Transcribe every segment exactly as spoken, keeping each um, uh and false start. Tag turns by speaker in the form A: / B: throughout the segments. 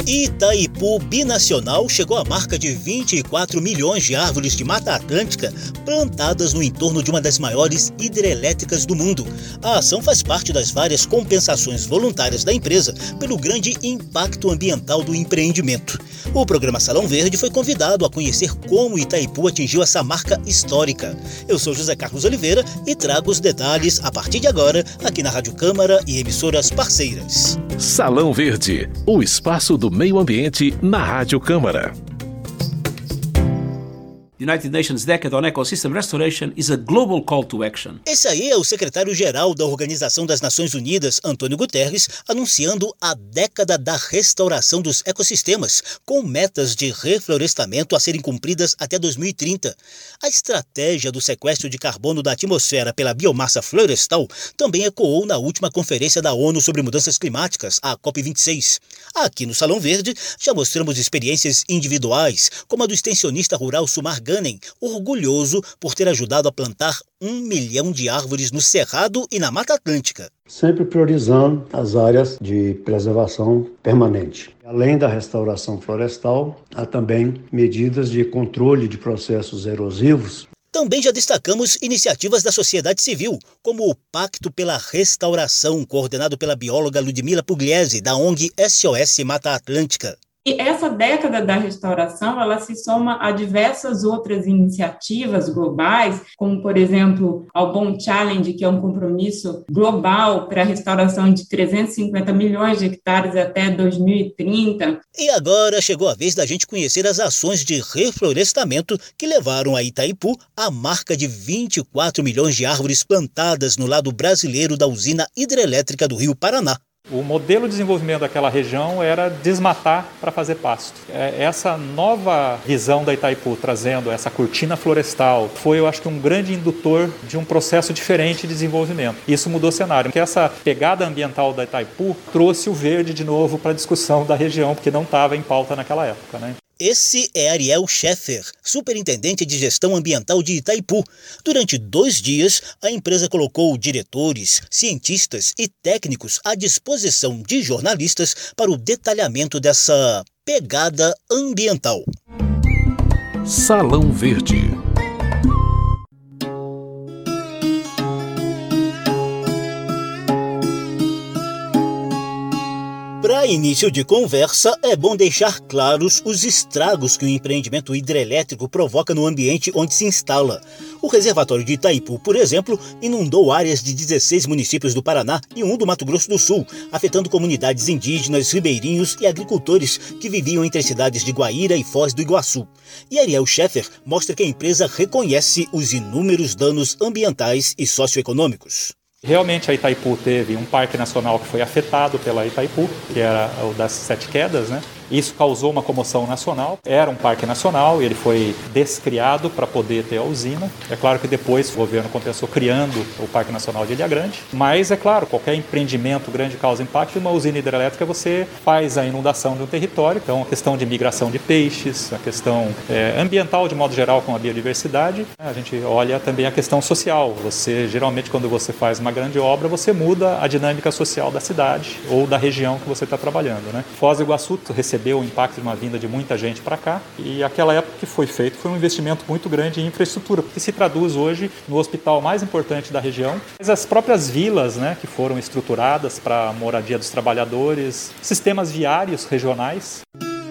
A: Itaipu Binacional chegou à marca de vinte e quatro milhões de árvores de Mata Atlântica plantadas no entorno de uma das maiores hidrelétricas do mundo. A ação faz parte das várias compensações voluntárias da empresa pelo grande impacto ambiental do empreendimento. O programa Salão Verde foi convidado a conhecer como Itaipu atingiu essa marca histórica. Eu sou José Carlos Oliveira e trago os detalhes a partir de agora aqui na Rádio Câmara e emissoras parceiras.
B: Salão Verde, o espaço do meio ambiente na Rádio Câmara.
C: United Nations Decade on Ecosystem Restoration is a global call to action.
A: Esse aí é o secretário-geral da Organização das Nações Unidas, Antônio Guterres, anunciando a década da restauração dos ecossistemas, com metas de reflorestamento a serem cumpridas até dois mil e trinta. A estratégia do sequestro de carbono da atmosfera pela biomassa florestal também ecoou na última conferência da ONU sobre mudanças climáticas, a COP vinte e seis. Aqui no Salão Verde já mostramos experiências individuais, como a do extensionista rural Sumar Ganem, orgulhoso por ter ajudado a plantar um milhão de árvores no Cerrado e na Mata Atlântica.
D: Sempre priorizando as áreas de preservação permanente. Além da restauração florestal, há também medidas de controle de processos erosivos.
A: Também já destacamos iniciativas da sociedade civil, como o Pacto pela Restauração, coordenado pela bióloga Ludmila Pugliese, da O N G S O S Mata Atlântica.
E: E essa década da restauração, ela se soma a diversas outras iniciativas globais, como, por exemplo, ao Bon Challenge, que é um compromisso global para a restauração de trezentos e cinquenta milhões de hectares até dois mil e trinta.
A: E agora chegou a vez da gente conhecer as ações de reflorestamento que levaram a Itaipu à marca de vinte e quatro milhões de árvores plantadas no lado brasileiro da usina hidrelétrica do Rio Paraná.
F: O modelo de desenvolvimento daquela região era desmatar para fazer pasto. Essa nova visão da Itaipu, trazendo essa cortina florestal, foi, eu acho que, um grande indutor de um processo diferente de desenvolvimento. Isso mudou o cenário, porque essa pegada ambiental da Itaipu trouxe o verde de novo para a discussão da região, porque não estava em pauta naquela época, né?
A: Esse é Ariel Scheffer, superintendente de gestão ambiental de Itaipu. Durante dois dias, a empresa colocou diretores, cientistas e técnicos à disposição de jornalistas para o detalhamento dessa pegada ambiental.
B: Salão Verde.
A: Para início de conversa, é bom deixar claros os estragos que o empreendimento hidrelétrico provoca no ambiente onde se instala. O reservatório de Itaipu, por exemplo, inundou áreas de dezesseis municípios do Paraná e um do Mato Grosso do Sul, afetando comunidades indígenas, ribeirinhos e agricultores que viviam entre as cidades de Guaíra e Foz do Iguaçu. E Ariel Scheffer mostra que a empresa reconhece os inúmeros danos ambientais e socioeconômicos.
F: Realmente a Itaipu teve um parque nacional que foi afetado pela Itaipu, que era o das Sete Quedas, né? Isso causou uma comoção nacional. Era um parque nacional e ele foi descriado para poder ter a usina. É claro que depois o governo compensou criando o Parque Nacional de Ilha Grande. Mas, é claro, qualquer empreendimento grande causa impacto. Uma usina hidrelétrica, você faz a inundação de um território. Então, a questão de migração de peixes, a questão é, ambiental de modo geral com a biodiversidade. A gente olha também a questão social. Você, geralmente, quando você faz uma grande obra, você muda a dinâmica social da cidade ou da região que você está trabalhando, né? Foz do Iguaçu recebeu o impacto de uma vinda de muita gente para cá e aquela época que foi feito foi um investimento muito grande em infraestrutura, que se traduz hoje no hospital mais importante da região. Mas as próprias vilas, né, que foram estruturadas para a moradia dos trabalhadores, sistemas viários regionais.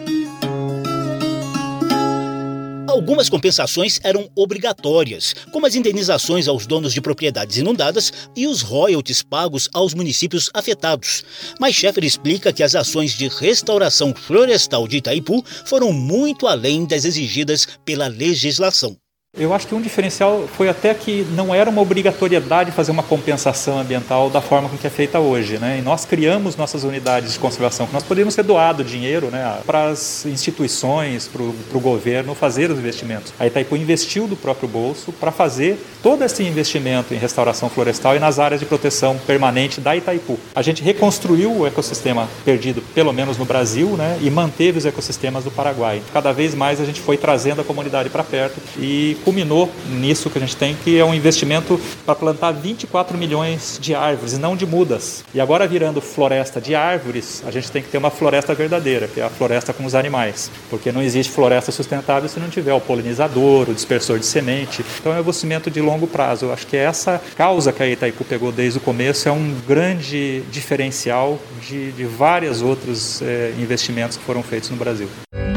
A: Algumas compensações eram obrigatórias, como as indenizações aos donos de propriedades inundadas e os royalties pagos aos municípios afetados. Mas Scheffer explica que as ações de restauração florestal de Itaipu foram muito além das exigidas pela legislação.
F: Eu acho que um diferencial foi até que não era uma obrigatoriedade fazer uma compensação ambiental da forma com que é feita hoje, né? E nós criamos nossas unidades de conservação, que nós poderíamos ter doado dinheiro, né, para as instituições, para o governo fazer os investimentos. A Itaipu investiu do próprio bolso para fazer todo esse investimento em restauração florestal e nas áreas de proteção permanente da Itaipu. A gente reconstruiu o ecossistema perdido, pelo menos no Brasil, né, e manteve os ecossistemas do Paraguai. Cada vez mais a gente foi trazendo a comunidade para perto e culminou nisso que a gente tem, que é um investimento para plantar vinte e quatro milhões de árvores e não de mudas. E agora, virando floresta de árvores, a gente tem que ter uma floresta verdadeira, que é a floresta com os animais, porque não existe floresta sustentável se não tiver o polinizador, o dispersor de semente. Então é um investimento de longo prazo. Eu acho que essa causa que a Itaipu pegou desde o começo é um grande diferencial de, de vários outros é, investimentos que foram feitos no Brasil.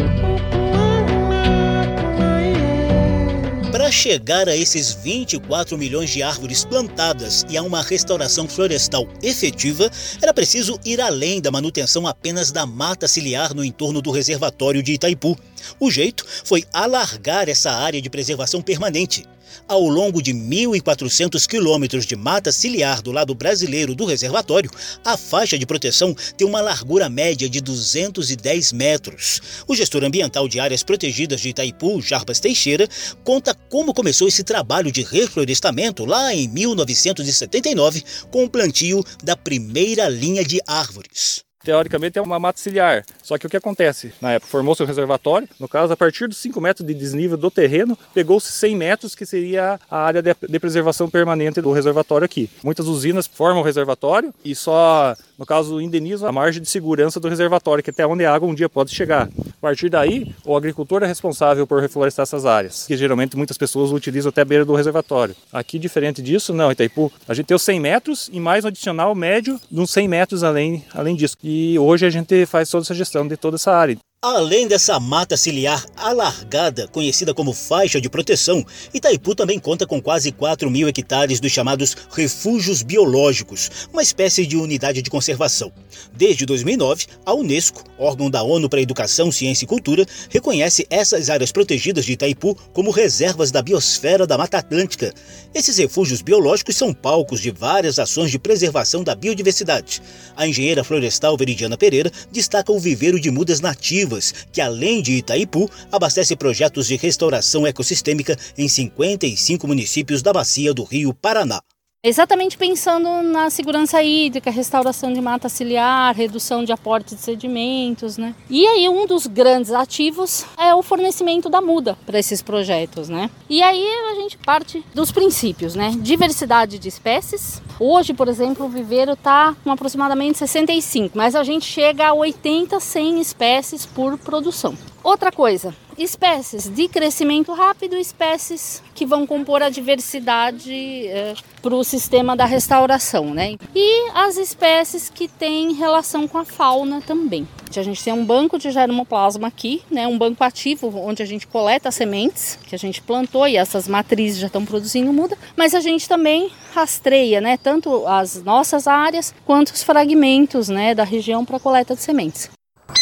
A: Para chegar a esses vinte e quatro milhões de árvores plantadas e a uma restauração florestal efetiva, era preciso ir além da manutenção apenas da mata ciliar no entorno do reservatório de Itaipu. O jeito foi alargar essa área de preservação permanente. Ao longo de mil e quatrocentos quilômetros de mata ciliar do lado brasileiro do reservatório, a faixa de proteção tem uma largura média de duzentos e dez metros. O gestor ambiental de áreas protegidas de Itaipu, Jarbas Teixeira, conta como começou esse trabalho de reflorestamento lá em mil novecentos e setenta e nove, com o plantio da primeira linha de árvores.
G: Teoricamente é uma mata ciliar, só que o que acontece? Na época formou-se um reservatório, no caso a partir dos cinco metros de desnível do terreno, pegou-se cem metros, que seria a área de, de preservação permanente do reservatório aqui. Muitas usinas formam o reservatório e só, no caso, indenizam a margem de segurança do reservatório, que até onde a água um dia pode chegar. A partir daí, o agricultor é responsável por reflorestar essas áreas, que geralmente muitas pessoas utilizam até a beira do reservatório. Aqui, diferente disso, não, Itaipu, a gente tem os cem metros e mais um adicional médio de uns cem metros além, além disso. E hoje a gente faz toda essa gestão de toda essa área.
A: Além dessa mata ciliar alargada, conhecida como faixa de proteção, Itaipu também conta com quase quatro mil hectares dos chamados refúgios biológicos, uma espécie de unidade de conservação. Desde dois mil e nove, a Unesco, órgão da ONU para a Educação, Ciência e Cultura, reconhece essas áreas protegidas de Itaipu como reservas da biosfera da Mata Atlântica. Esses refúgios biológicos são palcos de várias ações de preservação da biodiversidade. A engenheira florestal Veridiana Pereira destaca o viveiro de mudas nativas, que além de Itaipu, abastece projetos de restauração ecossistêmica em cinquenta e cinco municípios da bacia do Rio Paraná.
H: Exatamente pensando na segurança hídrica, restauração de mata ciliar, redução de aporte de sedimentos, né? E aí um dos grandes ativos é o fornecimento da muda para esses projetos, né? E aí a gente parte dos princípios, né? Diversidade de espécies. Hoje, por exemplo, o viveiro está com aproximadamente sessenta e cinco, mas a gente chega a oitenta, cem espécies por produção. Outra coisa, espécies de crescimento rápido, espécies que vão compor a diversidade é, para o sistema da restauração, né? E as espécies que têm relação com a fauna também. A gente tem um banco de germoplasma aqui, né? Um banco ativo onde a gente coleta sementes que a gente plantou e essas matrizes já estão produzindo muda, mas a gente também rastreia, né? Tanto as nossas áreas quanto os fragmentos, né, da região para coleta de sementes.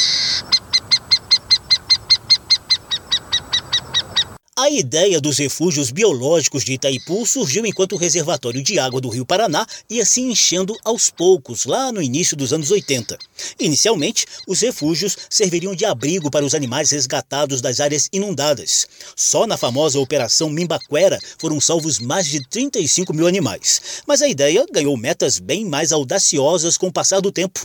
A: A ideia dos refúgios biológicos de Itaipu surgiu enquanto o reservatório de água do Rio Paraná ia se enchendo aos poucos, lá no início dos anos oitenta. Inicialmente, os refúgios serviriam de abrigo para os animais resgatados das áreas inundadas. Só na famosa Operação Mimbaquera foram salvos mais de trinta e cinco mil animais. Mas a ideia ganhou metas bem mais audaciosas com o passar do tempo.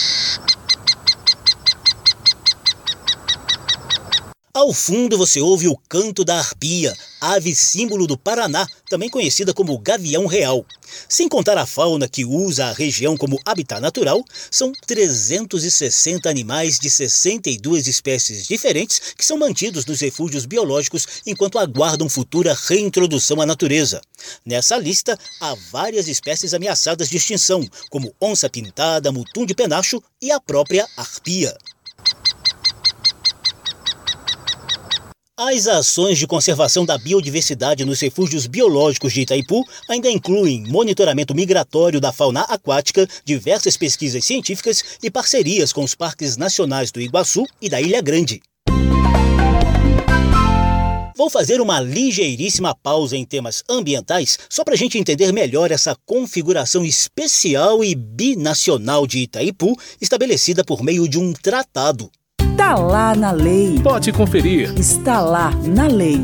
A: Ao fundo você ouve o canto da arpia, ave símbolo do Paraná, também conhecida como gavião real. Sem contar a fauna que usa a região como habitat natural, são trezentos e sessenta animais de sessenta e duas espécies diferentes que são mantidos nos refúgios biológicos enquanto aguardam futura reintrodução à natureza. Nessa lista, há várias espécies ameaçadas de extinção, como onça-pintada, mutum de penacho e a própria arpia. As ações de conservação da biodiversidade nos refúgios biológicos de Itaipu ainda incluem monitoramento migratório da fauna aquática, diversas pesquisas científicas e parcerias com os parques nacionais do Iguaçu e da Ilha Grande. Vou fazer uma ligeiríssima pausa em temas ambientais só para a gente entender melhor essa configuração especial e binacional de Itaipu estabelecida por meio de um tratado.
I: Está lá na lei.
B: Pode conferir.
I: Está lá na lei.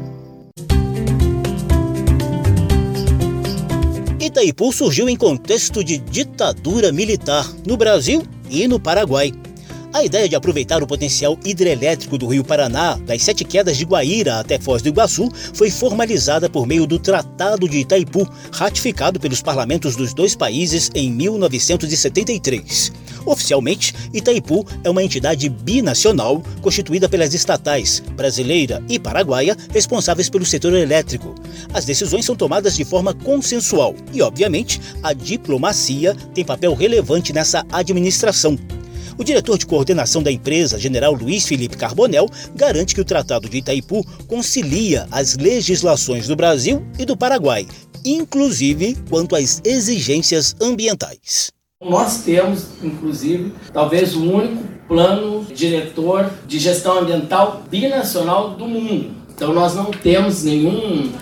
A: Itaipu surgiu em contexto de ditadura militar no Brasil e no Paraguai. A ideia de aproveitar o potencial hidrelétrico do Rio Paraná, das Sete Quedas de Guaíra até Foz do Iguaçu, foi formalizada por meio do Tratado de Itaipu, ratificado pelos parlamentos dos dois países em mil novecentos e setenta e três. Oficialmente, Itaipu é uma entidade binacional constituída pelas estatais brasileira e paraguaia responsáveis pelo setor elétrico. As decisões são tomadas de forma consensual e, obviamente, a diplomacia tem papel relevante nessa administração. O diretor de coordenação da empresa, general Luiz Felipe Carbonel, garante que o Tratado de Itaipu concilia as legislações do Brasil e do Paraguai, inclusive quanto às exigências ambientais.
J: Nós temos, inclusive, talvez o único plano diretor de gestão ambiental binacional do mundo. Então nós não temos nenhum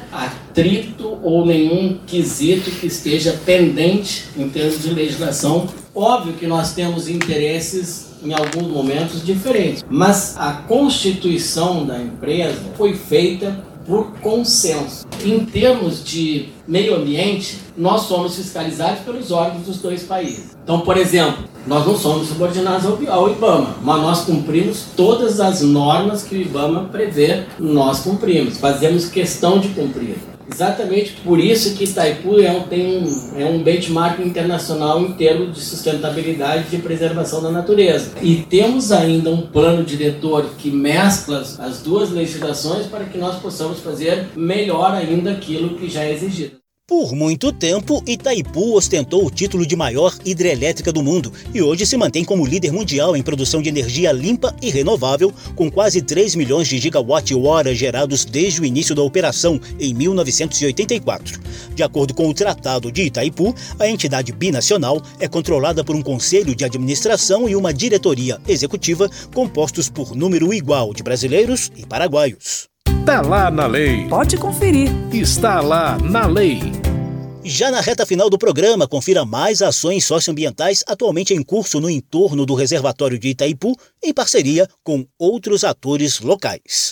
J: atrito ou nenhum quesito que esteja pendente em termos de legislação. Óbvio que nós temos interesses em alguns momentos diferentes, mas a constituição da empresa foi feita por consenso. Em termos de meio ambiente, nós somos fiscalizados pelos órgãos dos dois países. Então, por exemplo, nós não somos subordinados ao IBAMA, mas nós cumprimos todas as normas que o IBAMA prevê, nós cumprimos, fazemos questão de cumprir. Exatamente por isso que Itaipu é um, tem um, é um benchmark internacional em termos de sustentabilidade e de preservação da natureza. E temos ainda um plano diretor que mescla as duas legislações para que nós possamos fazer melhor ainda aquilo que já é exigido.
A: Por muito tempo, Itaipu ostentou o título de maior hidrelétrica do mundo e hoje se mantém como líder mundial em produção de energia limpa e renovável, com quase três milhões de gigawatt-hora gerados desde o início da operação, em mil novecentos e oitenta e quatro. De acordo com o Tratado de Itaipu, a entidade binacional é controlada por um conselho de administração e uma diretoria executiva compostos por número igual de brasileiros e paraguaios.
B: Tá lá na lei.
I: Pode conferir.
B: Está lá na lei.
A: Já na reta final do programa, confira mais ações socioambientais atualmente em curso no entorno do reservatório de Itaipu, em parceria com outros atores locais.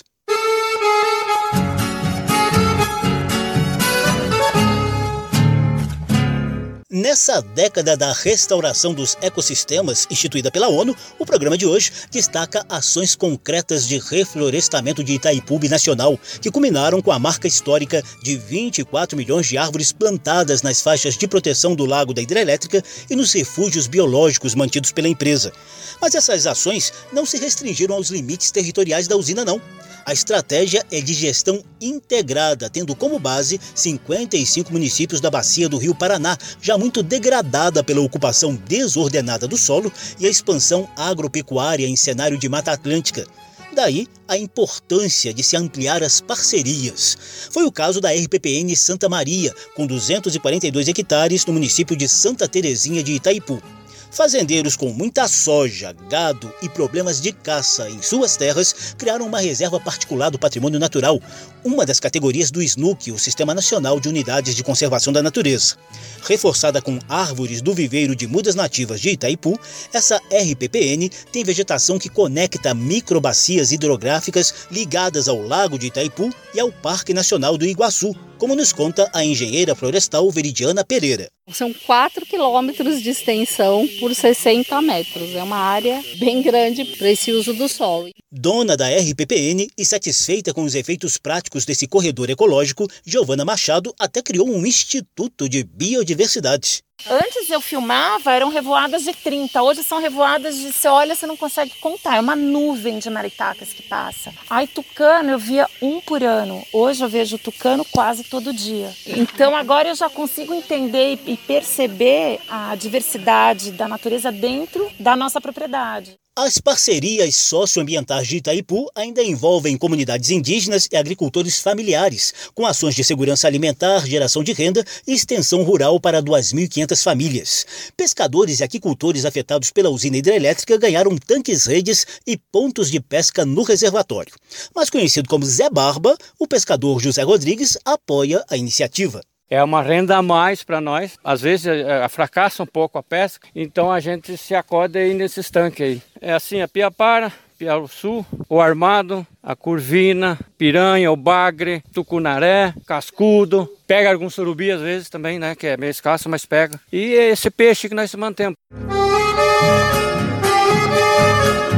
A: Nessa década da restauração dos ecossistemas instituída pela ONU, o programa de hoje destaca ações concretas de reflorestamento de Itaipu binacional, que culminaram com a marca histórica de vinte e quatro milhões de árvores plantadas nas faixas de proteção do Lago da Hidrelétrica e nos refúgios biológicos mantidos pela empresa. Mas essas ações não se restringiram aos limites territoriais da usina, não. A estratégia é de gestão integrada, tendo como base cinquenta e cinco municípios da bacia do Rio Paraná, já muito degradada pela ocupação desordenada do solo e a expansão agropecuária em cenário de Mata Atlântica. Daí a importância de se ampliar as parcerias. Foi o caso da R P P N Santa Maria, com duzentos e quarenta e dois hectares no município de Santa Terezinha de Itaipu. Fazendeiros com muita soja, gado e problemas de caça em suas terras criaram uma reserva particular do patrimônio natural, uma das categorias do S N U C, o Sistema Nacional de Unidades de Conservação da Natureza. Reforçada com árvores do viveiro de mudas nativas de Itaipu, essa R P P N tem vegetação que conecta microbacias hidrográficas ligadas ao Lago de Itaipu e ao Parque Nacional do Iguaçu, como nos conta a engenheira florestal Veridiana Pereira.
H: São quatro quilômetros de extensão por sessenta metros. É uma área bem grande para esse uso do solo.
A: Dona da R P P N e satisfeita com os efeitos práticos desse corredor ecológico, Giovana Machado até criou um instituto de biodiversidade.
K: Antes eu filmava, eram revoadas de trinta, hoje são revoadas de, você olha, você não consegue contar, é uma nuvem de maritacas que passa. Aí tucano eu via um por ano, hoje eu vejo tucano quase todo dia. Então agora eu já consigo entender e perceber a diversidade da natureza dentro da nossa propriedade.
A: As parcerias socioambientais de Itaipu ainda envolvem comunidades indígenas e agricultores familiares, com ações de segurança alimentar, geração de renda e extensão rural para duas mil e quinhentas famílias. Pescadores e aquicultores afetados pela usina hidrelétrica ganharam tanques-redes e pontos de pesca no reservatório. Mais conhecido como Zé Barba, o pescador José Rodrigues apoia a iniciativa.
L: É uma renda a mais para nós, às vezes é, fracassa um pouco a pesca, então a gente se acorda aí nesses tanques aí. É assim, a piapara, piauçu, o armado, a curvina, piranha, o bagre, tucunaré, cascudo, pega alguns surubi às vezes também, né, que é meio escasso, mas pega. E é esse peixe que nós mantemos.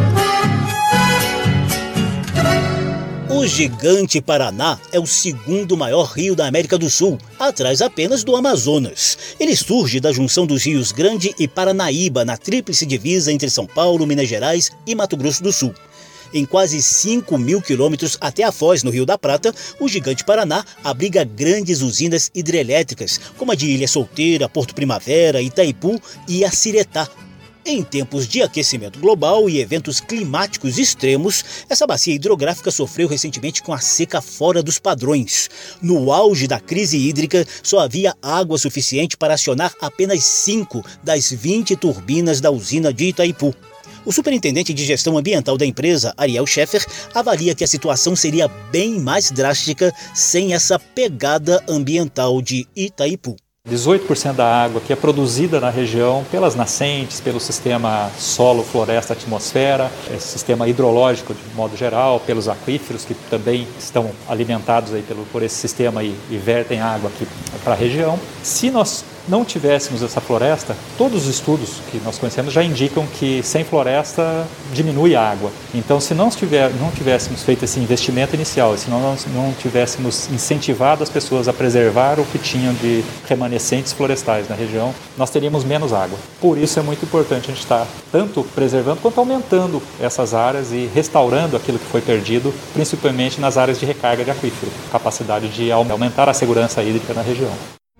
A: O Gigante Paraná é o segundo maior rio da América do Sul, atrás apenas do Amazonas. Ele surge da junção dos rios Grande e Paranaíba, na tríplice divisa entre São Paulo, Minas Gerais e Mato Grosso do Sul. Em quase cinco mil quilômetros até a foz, no Rio da Prata, o Gigante Paraná abriga grandes usinas hidrelétricas, como a de Ilha Solteira, Porto Primavera, Itaipu e Aciretá. Em tempos de aquecimento global e eventos climáticos extremos, essa bacia hidrográfica sofreu recentemente com a seca fora dos padrões. No auge da crise hídrica, só havia água suficiente para acionar apenas cinco das vinte turbinas da usina de Itaipu. O superintendente de gestão ambiental da empresa, Ariel Scheffer, avalia que a situação seria bem mais drástica sem essa pegada ambiental de Itaipu.
F: dezoito por cento da água que é produzida na região pelas nascentes, pelo sistema solo, floresta, atmosfera, sistema hidrológico de modo geral, pelos aquíferos que também estão alimentados aí pelo, por esse sistema e, e vertem água aqui para a região. Se nós não tivéssemos essa floresta, todos os estudos que nós conhecemos já indicam que sem floresta diminui a água. Então, se não, tiver, não tivéssemos feito esse investimento inicial, se nós não tivéssemos incentivado as pessoas a preservar o que tinham de remanescentes florestais na região, nós teríamos menos água. Por isso é muito importante a gente estar tanto preservando quanto aumentando essas áreas e restaurando aquilo que foi perdido, principalmente nas áreas de recarga de aquífero, capacidade de aumentar a segurança hídrica na região.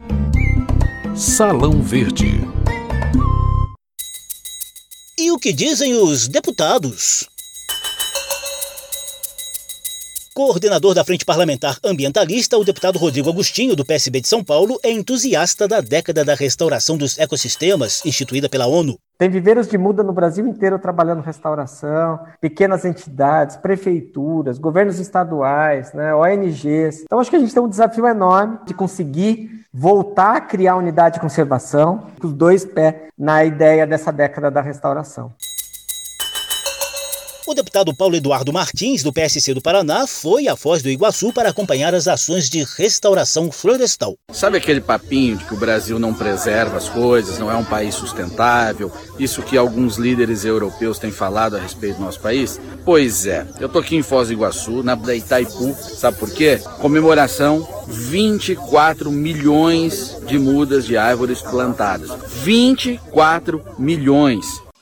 B: Salão Verde.
A: E o que dizem os deputados? Coordenador da Frente Parlamentar Ambientalista, o deputado Rodrigo Agostinho, do P S B de São Paulo, é entusiasta da década da restauração dos ecossistemas, instituída pela ONU.
M: Tem viveiros de muda no Brasil inteiro trabalhando restauração, pequenas entidades, prefeituras, governos estaduais, né, O N Gs. Então acho que a gente tem um desafio enorme de conseguir voltar a criar unidade de conservação, com os dois pés na ideia dessa década da restauração.
A: O deputado Paulo Eduardo Martins, do P S C do Paraná, foi à Foz do Iguaçu para acompanhar as ações de restauração florestal.
N: Sabe aquele papinho de que o Brasil não preserva as coisas, não é um país sustentável? Isso que alguns líderes europeus têm falado a respeito do nosso país? Pois é, eu tô aqui em Foz do Iguaçu, na da Itaipu, sabe por quê? Comemoração, vinte e quatro milhões de mudas de árvores plantadas. vinte e quatro milhões.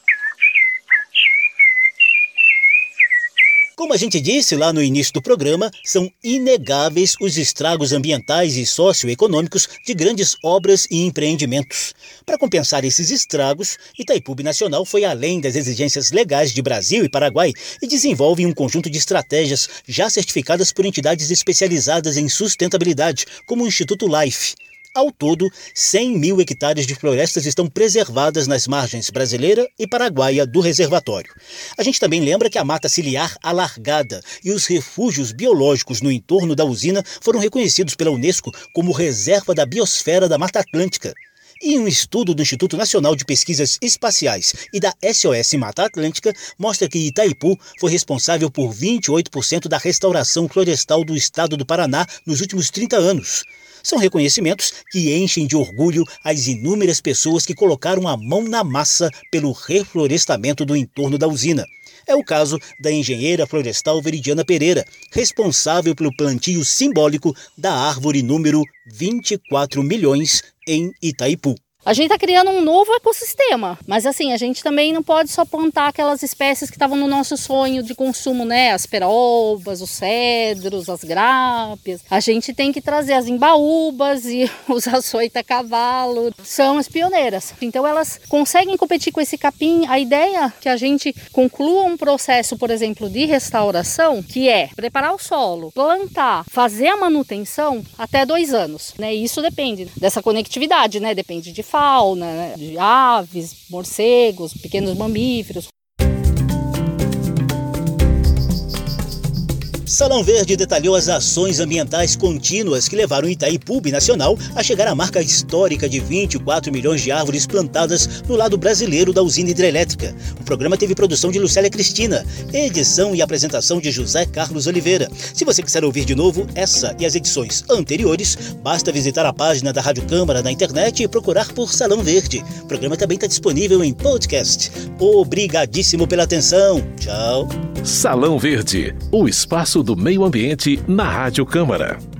A: Como a gente disse lá no início do programa, são inegáveis os estragos ambientais e socioeconômicos de grandes obras e empreendimentos. Para compensar esses estragos, Itaipu Binacional foi além das exigências legais de Brasil e Paraguai e desenvolve um conjunto de estratégias já certificadas por entidades especializadas em sustentabilidade, como o Instituto Life. Ao todo, cem mil hectares de florestas estão preservadas nas margens brasileira e paraguaia do reservatório. A gente também lembra que a mata ciliar alargada e os refúgios biológicos no entorno da usina foram reconhecidos pela Unesco como Reserva da Biosfera da Mata Atlântica. E um estudo do Instituto Nacional de Pesquisas Espaciais e da S O S Mata Atlântica mostra que Itaipu foi responsável por vinte e oito por cento da restauração florestal do estado do Paraná nos últimos trinta anos. São reconhecimentos que enchem de orgulho as inúmeras pessoas que colocaram a mão na massa pelo reflorestamento do entorno da usina. É o caso da engenheira florestal Veridiana Pereira, responsável pelo plantio simbólico da árvore número vinte e quatro milhões em Itaipu.
H: A gente está criando um novo ecossistema, mas assim, a gente também não pode só plantar aquelas espécies que estavam no nosso sonho de consumo, né? As peroubas, os cedros, as grápeas. A gente tem que trazer as embaúbas e os açoita-cavalo. São as pioneiras. Então elas conseguem competir com esse capim. A ideia é que a gente conclua um processo, por exemplo, de restauração, que é preparar o solo, plantar, fazer a manutenção até dois anos. Né? E isso depende dessa conectividade, né? Depende de fauna, né? De aves, morcegos, pequenos mamíferos.
A: Salão Verde detalhou as ações ambientais contínuas que levaram Itaipu Binacional a chegar à marca histórica de vinte e quatro milhões de árvores plantadas no lado brasileiro da usina hidrelétrica. O programa teve produção de Lucélia Cristina, edição e apresentação de José Carlos Oliveira. Se você quiser ouvir de novo essa e as edições anteriores, basta visitar a página da Rádio Câmara na internet e procurar por Salão Verde. O programa também está disponível em podcast. Obrigadíssimo pela atenção. Tchau.
B: Salão Verde, o espaço do Meio Ambiente na Rádio Câmara.